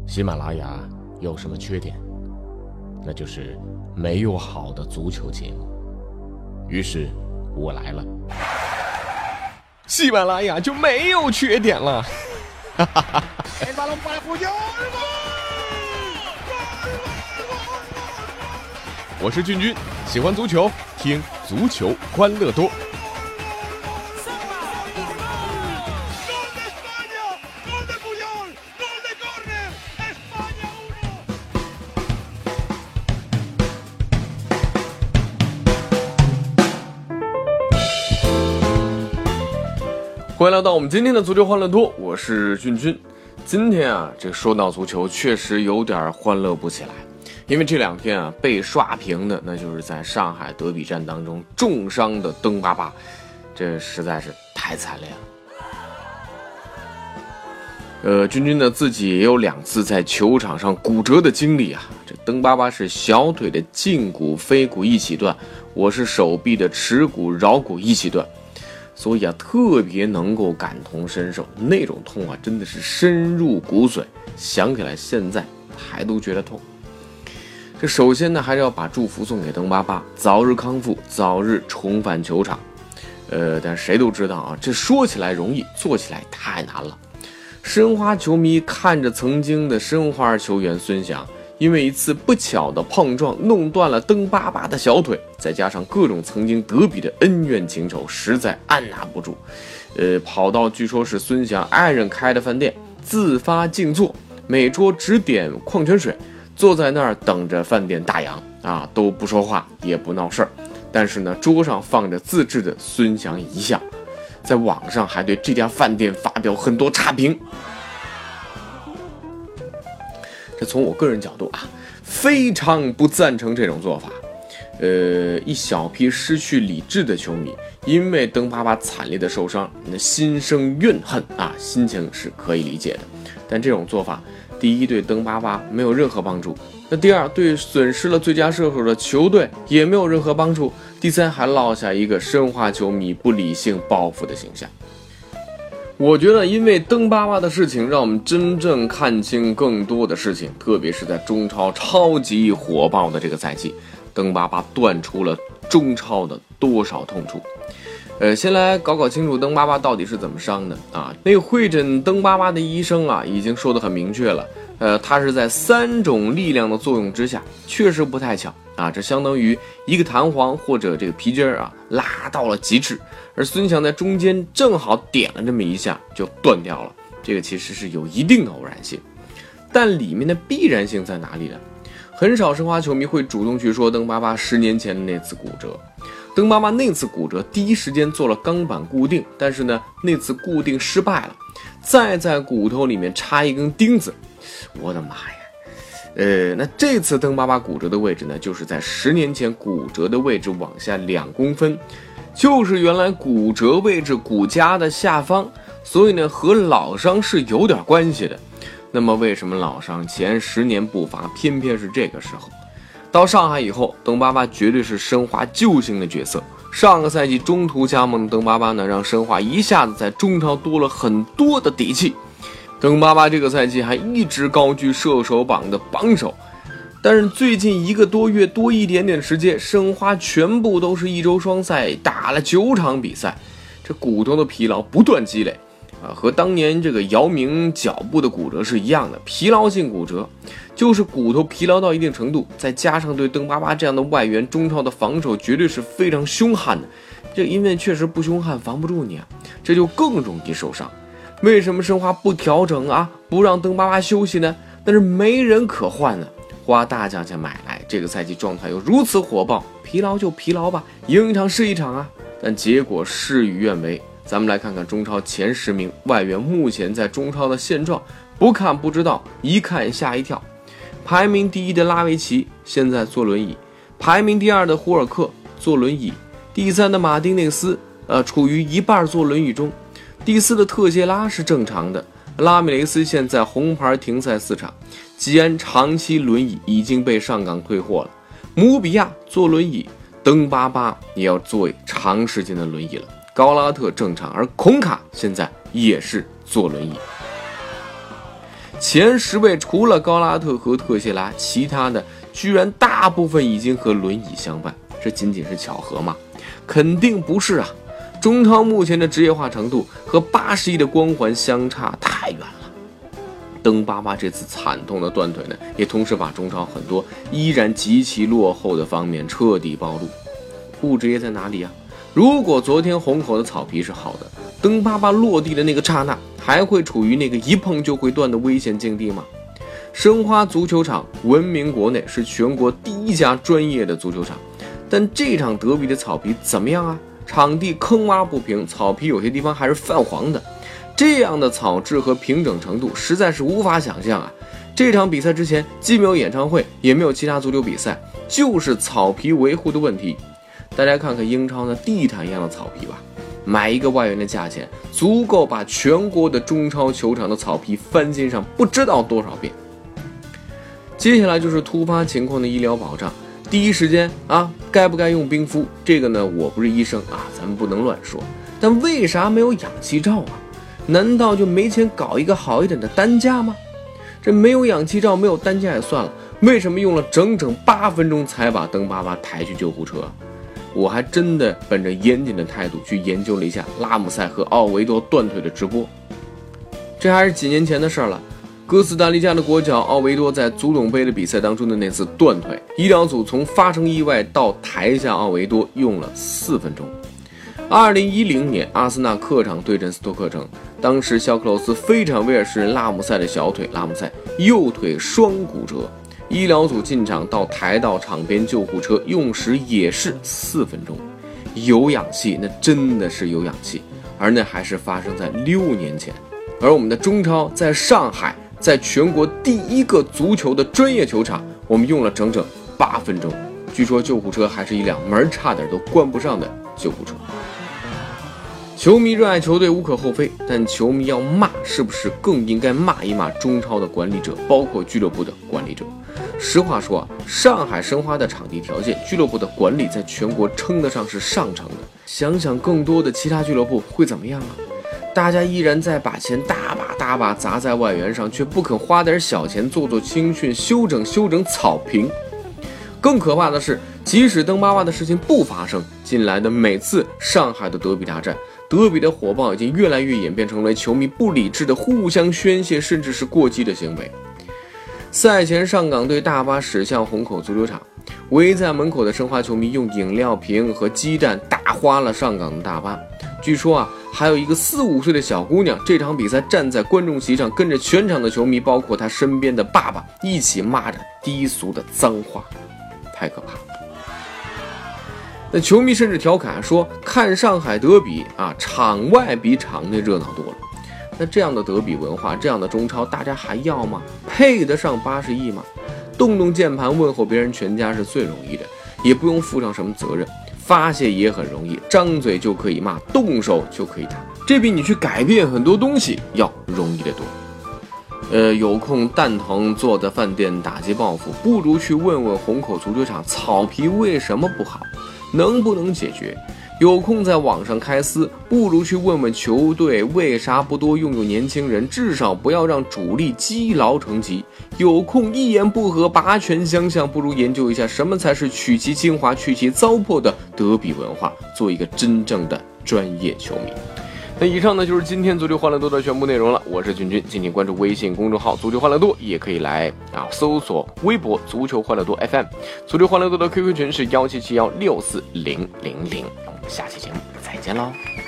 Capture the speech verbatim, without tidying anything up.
喜马拉雅有什么缺点？那就是没有好的足球节目。于是我来了，喜马拉雅就没有缺点了。我是俊君，喜欢足球，听足球欢乐多。欢迎来到我们今天的足球欢乐多，我是俊君。今天啊，这说到足球确实有点欢乐不起来，因为这两天啊被刷屏的那就是在上海德比战当中重伤的登巴巴，这实在是太惨烈了。呃，君君呢自己也有两次在球场上骨折的经历啊。这登巴巴是小腿的胫骨、腓骨一起断，我是手臂的尺骨、桡骨一起断。所以啊，特别能够感同身受，那种痛啊，真的是深入骨髓，想起来现在还都觉得痛。这首先呢，还是要把祝福送给登巴巴，早日康复，早日重返球场。呃，但谁都知道啊，这说起来容易，做起来太难了。申花球迷看着曾经的申花球员孙祥，因为一次不巧的碰撞弄断了登巴巴的小腿，再加上各种曾经德比的恩怨情仇，实在按捺不住，呃，跑到据说是孙祥爱人开的饭店，自发静坐，每桌只点矿泉水，坐在那儿等着饭店大洋啊，都不说话也不闹事儿。但是呢，桌上放着自制的孙祥遗像，在网上还对这家饭店发表很多差评。这从我个人角度啊，非常不赞成这种做法。呃，一小批失去理智的球迷，因为登巴巴惨烈的受伤，那心生怨恨啊，心情是可以理解的。但这种做法，第一对登巴巴没有任何帮助，那第二对损失了最佳射手的球队也没有任何帮助，第三还落下一个申花球迷不理性报复的形象。我觉得因为登巴巴的事情让我们真正看清更多的事情，特别是在中超超级火爆的这个赛季，登巴巴断出了中超的多少痛处。呃，先来搞搞清楚登巴巴到底是怎么伤的啊。那个会诊登巴巴的医生啊已经说得很明确了，呃，他是在三种力量的作用之下，确实不太巧啊，这相当于一个弹簧或者这个皮筋啊拉到了极致，而孙祥在中间正好点了这么一下就断掉了，这个其实是有一定的偶然性，但里面的必然性在哪里呢？很少申花球迷会主动去说登巴巴十年前的那次骨折。登巴巴那次骨折第一时间做了钢板固定，但是呢那次固定失败了，再在骨头里面插一根钉子，我的妈呀！呃，那这次登巴巴骨折的位置呢，就是在十年前骨折的位置往下两公分，就是原来骨折位置骨架的下方，所以呢和老伤是有点关系的。那么为什么老伤前十年不发，偏偏是这个时候？到上海以后，登巴巴绝对是申花救星的角色。上个赛季中途加盟的登巴巴呢，让申花一下子在中超多了很多的底气。登巴巴这个赛季还一直高居射手榜的榜首，但是最近一个多月多一点点时间，申花全部都是一周双赛，打了九场比赛，这骨头的疲劳不断积累啊，和当年这个姚明脚部的骨折是一样的，疲劳性骨折，就是骨头疲劳到一定程度，再加上对登巴巴这样的外援，中超的防守绝对是非常凶悍的，这因为确实不凶悍防不住你啊，这就更容易受伤。为什么申花不调整啊，不让登巴巴休息呢？但是没人可换呢，花大价钱买来，这个赛季状态又如此火爆，疲劳就疲劳吧，赢一场是一场啊。但结果事与愿违，咱们来看看中超前十名外援目前在中超的现状，不看不知道，一看吓一跳。排名第一的拉维奇现在坐轮椅，排名第二的胡尔克坐轮椅，第三的马丁内斯呃处于一半坐轮椅中，第四的特谢拉是正常的，拉米雷斯现在红牌停赛四场，吉安长期轮椅已经被上港退货了，姆比亚坐轮椅，登巴巴也要坐长时间的轮椅了，高拉特正常，而孔卡现在也是坐轮椅。 前十位除了高拉特和特谢拉，其他的居然大部分已经和轮椅相伴，这仅仅是巧合吗？肯定不是啊！中超目前的职业化程度和八十亿的光环相差太远了。登巴巴这次惨痛的断腿呢，也同时把中超很多依然极其落后的方面彻底暴露。不职业在哪里啊？如果昨天虹口的草皮是好的，登巴巴落地的那个刹那，还会处于那个一碰就会断的危险境地吗？申花足球场闻名国内，是全国第一家专业的足球场，但这场德比的草皮怎么样啊？场地坑洼不平，草皮有些地方还是泛黄的，这样的草质和平整程度实在是无法想象啊！这场比赛之前既没有演唱会，也没有其他足球比赛，就是草皮维护的问题。大家看看英超那地毯一样的草皮吧，买一个外援的价钱足够把全国的中超球场的草皮翻新上不知道多少遍。接下来就是突发情况的医疗保障，第一时间啊，该不该用冰敷？这个呢，我不是医生啊，咱们不能乱说。但为啥没有氧气罩啊？难道就没钱搞一个好一点的担架吗？这没有氧气罩，没有担架也算了，为什么用了整整八分钟才把登巴巴抬去救护车？我还真的本着严谨的态度去研究了一下拉姆塞和奥维多断腿的直播，这还是几年前的事了。哥斯达黎加的国脚奥维多在足总杯的比赛当中的那次断腿，医疗组从发生意外到抬下奥维多用了四分钟。二零一零年，阿森纳客场对阵斯托克城，当时小克罗斯非常威尔士人拉姆塞的小腿，拉姆塞右腿双骨折，医疗组进场到抬到场边救护车，用时也是四分钟。有氧气，那真的是有氧气，而那还是发生在六年前。而我们的中超在上海，在全国第一个足球的专业球场，我们用了整整八分钟。据说救护车还是一辆门差点都关不上的救护车。球迷热爱球队无可厚非，但球迷要骂，是不是更应该骂一骂中超的管理者，包括俱乐部的管理者？实话说啊，上海申花的场地条件，俱乐部的管理在全国称得上是上乘的。想想更多的其他俱乐部会怎么样啊？大家依然在把钱大把大把砸在外援上，却不肯花点小钱做做青训，修整修整草坪。更可怕的是，即使登巴巴的事情不发生，近来的每次上海的德比大战，德比的火爆已经越来越演变成为球迷不理智的互相宣泄，甚至是过激的行为。赛前上港队大巴驶向虹口足球场，围在门口的申花球迷用饮料瓶和鸡蛋大花了上港的大巴。据说啊，还有一个四五岁的小姑娘，这场比赛站在观众席上，跟着全场的球迷，包括她身边的爸爸，一起骂着低俗的脏话，太可怕了。那球迷甚至调侃说，看上海德比啊，场外比场内热闹多了。那这样的德比文化，这样的中超，大家还要吗？配得上八十亿吗？动动键盘问候别人全家是最容易的，也不用负上什么责任，发泄也很容易，张嘴就可以骂，动手就可以打，这比你去改变很多东西要容易得多。呃，有空蛋疼坐在饭店打击报复，不如去问问虹口足球场草皮为什么不好，能不能解决？有空在网上开撕，不如去问问球队为啥不多用用年轻人，至少不要让主力积劳成疾。有空一言不合拔拳相向，不如研究一下什么才是取其精华去其糟粕的德比文化，做一个真正的专业球迷。那以上呢就是今天足球欢乐多的全部内容了，我是君君，敬请关注微信公众号足球欢乐多，也可以来啊搜索微博足球欢乐多 F M， 足球欢乐多的 Q Q 群是幺七七幺六四零零零，我们下期节目再见喽。